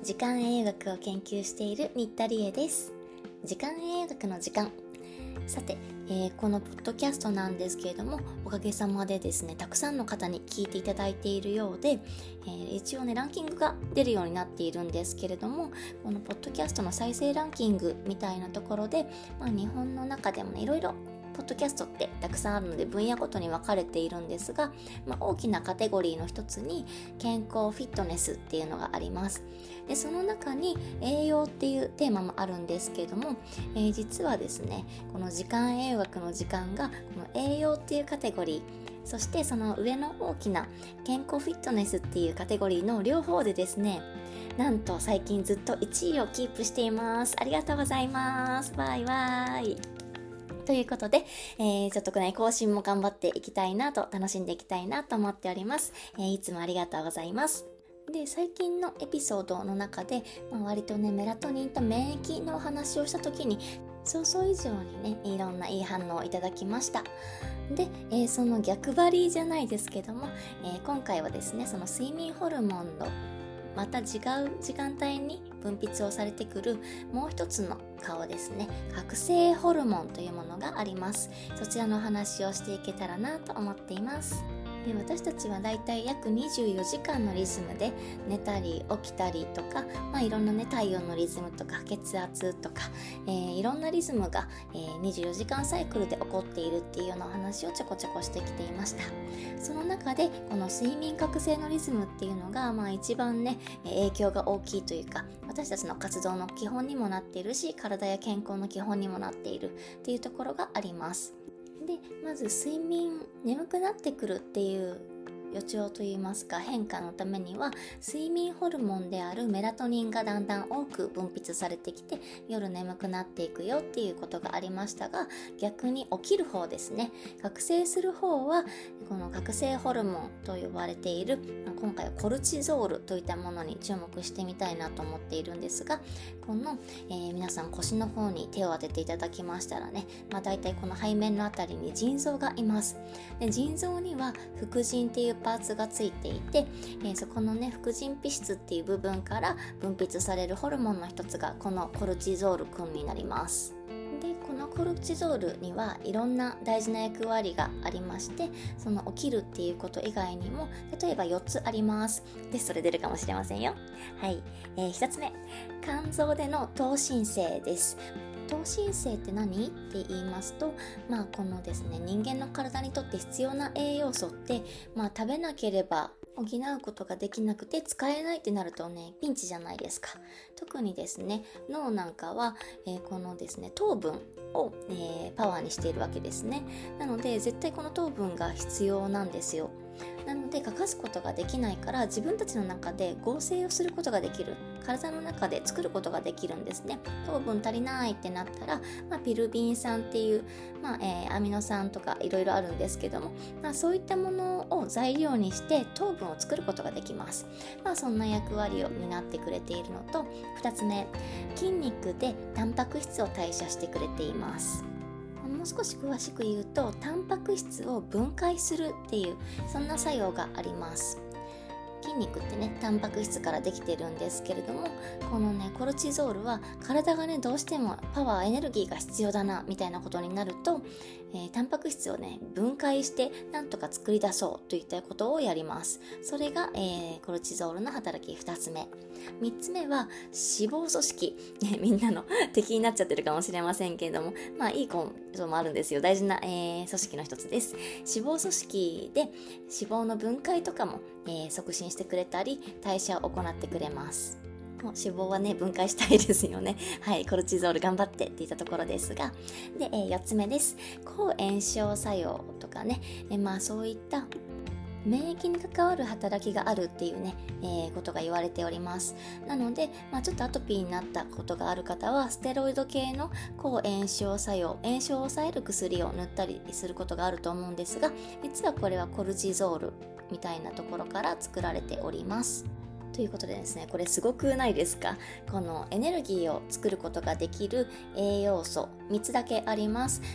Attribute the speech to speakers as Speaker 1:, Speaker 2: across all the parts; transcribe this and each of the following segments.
Speaker 1: 時間栄養学を研究している新田理恵です。時間栄養学の時間。さて、このポッドキャストなんですけれども、おかげさまでですね、たくさんの方に聞いていただいているようで、一応ねランキングが出るようになっているんですけれども、このポッドキャストの再生ランキングみたいなところで、日本の中でもねいろいろポッドキャストってたくさんあるので分野ごとに分かれているんですが、大きなカテゴリーの一つに健康フィットネスっていうのがあります。でその中に栄養っていうテーマもあるんですけれども、実はですねこの時間栄養学の時間がこの栄養っていうカテゴリー、そしてその上の大きな健康フィットネスっていうカテゴリーの両方でですね、なんと最近ずっと1位をキープしています。ありがとうございます。バイバイ。ということで、ちょっとね更新も頑張っていきたいなと、楽しんでいきたいなと思っております。いつもありがとうございます。で最近のエピソードの中で、割とねメラトニンと免疫のお話をした時に想像以上にねいろんないい反応をいただきました。で、その逆張りじゃないですけども、今回はですねその睡眠ホルモンのまた違う時間帯に分泌をされてくるもう一つの顔ですね、覚醒ホルモンというものがあります。そちらのお話をしていけたらなと思っています。で私たちはだいたい約24時間のリズムで寝たり起きたりとか、いろんなね体温のリズムとか血圧とか、いろんなリズムが、24時間サイクルで起こっているっていうようなお話をちょこちょこしてきていました。その中でこの睡眠覚醒のリズムっていうのが、一番ね影響が大きいというか、私たちの活動の基本にもなっているし、体や健康の基本にもなっているっていうところがあります。でまず眠くなってくるっていう予兆といいますか変化のためには、睡眠ホルモンであるメラトニンがだんだん多く分泌されてきて夜眠くなっていくよっていうことがありましたが、逆に起きる方ですね、覚醒する方はこの覚醒ホルモンと呼ばれている、今回はコルチゾールといったものに注目してみたいなと思っているんですが、この、皆さん腰の方に手を当てていただきましたらね、だいたいこの背面のあたりに腎臓がいます。で腎臓には副腎っていうパーツがついていて、そこのね副腎皮質っていう部分から分泌されるホルモンの一つがこのコルチゾール君になります。でこのコルチゾールにはいろんな大事な役割がありまして、その起きるっていうこと以外にも例えば4つあります。でそれ出るかもしれませんよ。はい、1つ目、肝臓での糖新生です。糖新生って何って言いますと、このですね人間の体にとって必要な栄養素って、食べなければ補うことができなくて使えないってなるとねピンチじゃないですか。特にですね脳なんかは、このですね糖分を、パワーにしているわけですね。なので絶対この糖分が必要なんですよ。なので欠かすことができないから、自分たちの中で合成をすることができる、体の中で作ることができるんですね。糖分足りないってなったら、ピルビン酸っていう、アミノ酸とかいろいろあるんですけども、そういったものを材料にして糖分を作ることができます。そんな役割を担ってくれているのと、2つ目、筋肉でタンパク質を代謝してくれています。もう少し詳しく言うと、タンパク質を分解するっていうそんな作用があります。筋肉ってねタンパク質からできてるんですけれども、このねコルチゾールは体がねどうしてもパワーエネルギーが必要だなみたいなことになると、タンパク質をね分解してなんとか作り出そうといったことをやります。それが、コルチゾールの働き2つ目。3つ目は脂肪組織みんなの敵になっちゃってるかもしれませんけれども、いいこともあるんですよ。大事な、組織の一つです。脂肪組織で脂肪の分解とかも、促進してくれたり代謝を行ってくれます。もう脂肪はね分解したいですよね。はい、コルチゾール頑張ってっていったところですが、で、4つ目です。抗炎症作用とかね、そういった免疫に関わる働きがあるっていうね、ことが言われております。なので、ちょっとアトピーになったことがある方はステロイド系の抗炎症作用、炎症を抑える薬を塗ったりすることがあると思うんですが、実はこれはコルチゾールみたいなところから作られております。ということでですね、これすごくないですか？このエネルギーを作ることができる栄養素3つだけあります。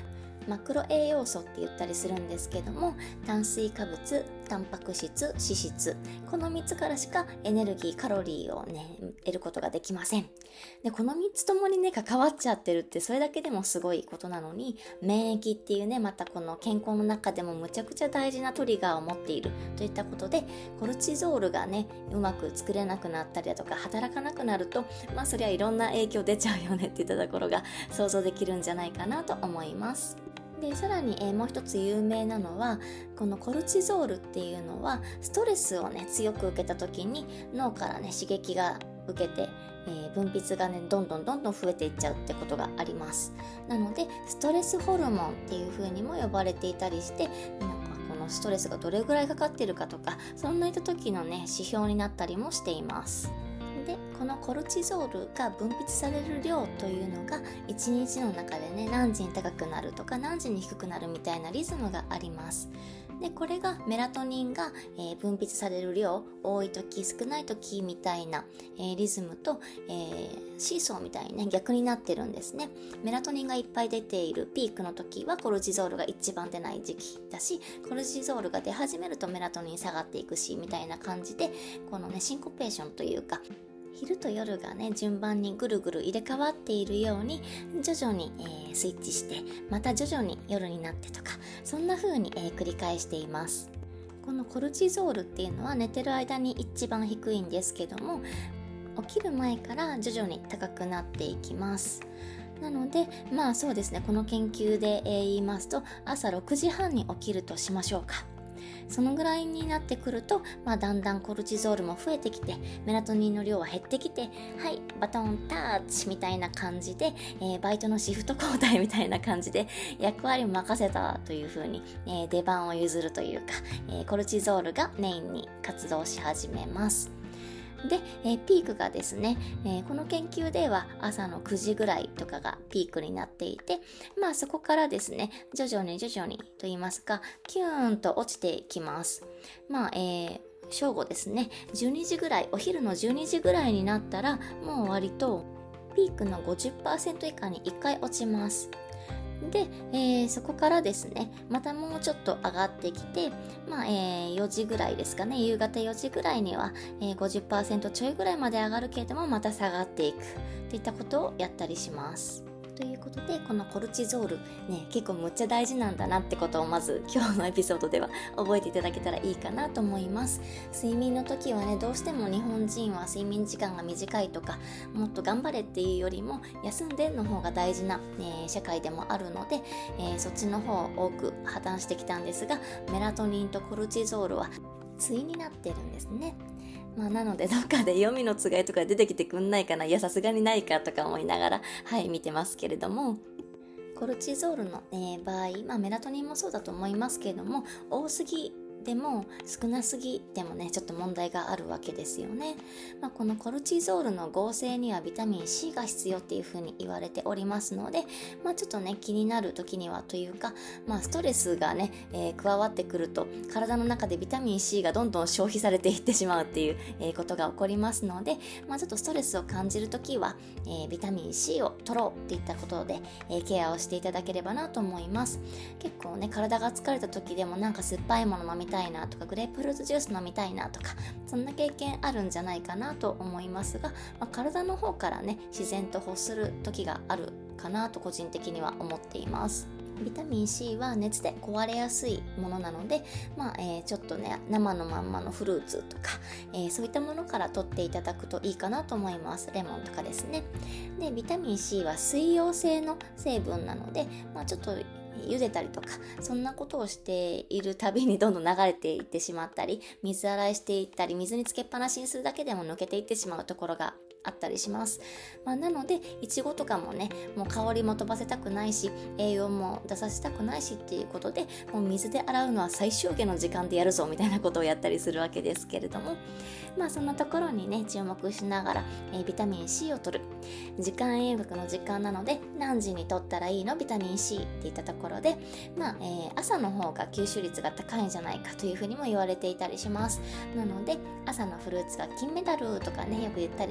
Speaker 1: マクロ栄養素って言ったりするんですけども、炭水化物、タンパク質、脂質、この3つからしかエネルギー、カロリーをね得ることができません。でこの3つともにね関わっちゃってるって、それだけでもすごいことなのに、免疫っていうね、またこの健康の中でもむちゃくちゃ大事なトリガーを持っているといったことで、コルチゾールがねうまく作れなくなったりだとか働かなくなると、そりゃいろんな影響出ちゃうよねっていったところが想像できるんじゃないかなと思います。でさらに、もう一つ有名なのは、このコルチゾールっていうのはストレスをね強く受けた時に脳からね刺激が受けて、分泌がねどんどん増えていっちゃうってことがあります。なのでストレスホルモンっていう風にも呼ばれていたりして、このストレスがどれぐらいかかっているかとか、そんないった時のね指標になったりもしています。でこのコルチゾールが分泌される量というのが1日の中でね何時に高くなるとか何時に低くなるみたいなリズムがあります。でこれがメラトニンが、分泌される量、多い時少ない時みたいな、リズムと、シーソーみたいにね逆になってるんですね。メラトニンがいっぱい出ているピークの時はコルチゾールが一番出ない時期だし、コルチゾールが出始めるとメラトニン下がっていくしみたいな感じで、このねシンコペーションというか、昼と夜がね順番にぐるぐる入れ替わっているように徐々に、スイッチして、また徐々に夜になってとか、そんな風に、繰り返しています。このコルチゾールっていうのは寝てる間に一番低いんですけども、起きる前から徐々に高くなっていきます。なのでそうですね、この研究で、言いますと、朝6時半に起きるとしましょうか。そのぐらいになってくると、だんだんコルチゾールも増えてきて、メラトニンの量は減ってきて、はい、バトンタッチみたいな感じで、バイトのシフト交代みたいな感じで役割を任せたという風に、出番を譲るというか、コルチゾールがメインに活動し始めます。で、ピークがですね、この研究では朝の9時ぐらいとかがピークになっていて、そこからですね徐々にと言いますか、キューンと落ちていきます。正午ですね、12時ぐらい、お昼の12時ぐらいになったら、もう割とピークの 50% 以下に1回落ちます。で、そこからですねまたもうちょっと上がってきて、4時ぐらいですかね、夕方4時ぐらいには、50% ちょいぐらいまで上がるけれども、また下がっていくといったことをやったりします。ということで、このコルチゾールね、結構むっちゃ大事なんだなってことをまず今日のエピソードでは覚えていただけたらいいかなと思います。睡眠の時はね、どうしても日本人は睡眠時間が短いとか、もっと頑張れっていうよりも休んでの方が大事な、社会でもあるので、そっちの方を多く破綻してきたんですが、メラトニンとコルチゾールは対になってるんですね。なのでどっかで読みの違いとか出てきてくんないかな、いやさすがにないかとか思いながら見てますけれども、コルチゾールの、場合、メラトニンもそうだと思いますけれども、多すぎでも少なすぎでもねちょっと問題があるわけですよね。このコルチゾールの合成にはビタミン C が必要っていうふうに言われておりますので、ちょっとね気になる時にはというか、ストレスがね、加わってくると体の中でビタミン C がどんどん消費されていってしまうっていう、ことが起こりますので、ちょっとストレスを感じる時は、ビタミン C を取ろうっていったことで、ケアをしていただければなと思います。結構ね体が疲れた時でもなんか酸っぱいもの飲みたいなとか、グレープフルーツジュース飲みたいなとか、そんな経験あるんじゃないかなと思いますが、体の方からね自然と欲する時があるかなと個人的には思っています。ビタミン C は熱で壊れやすいものなので、ちょっとね生のまんまのフルーツとか、そういったものから取っていただくといいかなと思います。レモンとかですね。でビタミン C は水溶性の成分なので、ちょっと茹でたりとかそんなことをしているたびにどんどん流れていってしまったり、水洗いしていったり、水につけっぱなしにするだけでも抜けていってしまうところがあったりします。なのでいちごとかもね、もう香りも飛ばせたくないし栄養も出させたくないしっていうことで、もう水で洗うのは最小限の時間でやるぞみたいなことをやったりするわけですけれども、そんなところにね注目しながら、ビタミン C を取る。時間栄養学の時間なので何時に取ったらいいのビタミン C っていったところで、朝の方が吸収率が高いんじゃないかというふうにも言われていたりします。なので朝のフルーツが金メダルとかねよく言ったりします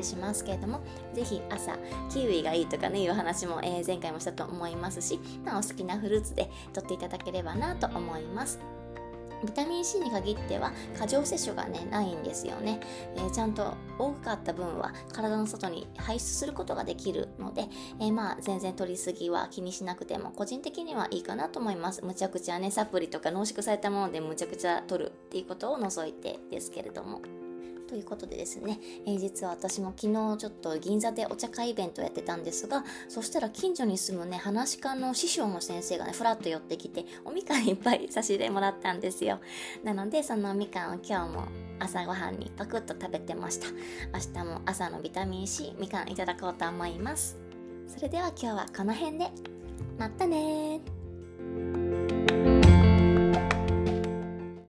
Speaker 1: ますけれども、ぜひ朝キウイがいいとかねいう話も、前回もしたと思いますし、お好きなフルーツで取っていただければなと思います。ビタミン C に限っては過剰摂取がねないんですよね。ちゃんと多かった分は体の外に排出することができるので、全然取りすぎは気にしなくても個人的にはいいかなと思います。むちゃくちゃねサプリとか濃縮されたものでむちゃくちゃ取るっていうことを除いてですけれども、ということでですね、実は私も昨日ちょっと銀座でお茶会イベントをやってたんですが、そしたら近所に住むね話し家の師匠の先生がねふらっと寄ってきておみかんいっぱい差し入れもらったんですよ。なのでそのおみかんを今日も朝ごはんにパクッと食べてました。明日も朝のビタミン C みかんいただこうと思います。それでは今日はこの辺で、またねー。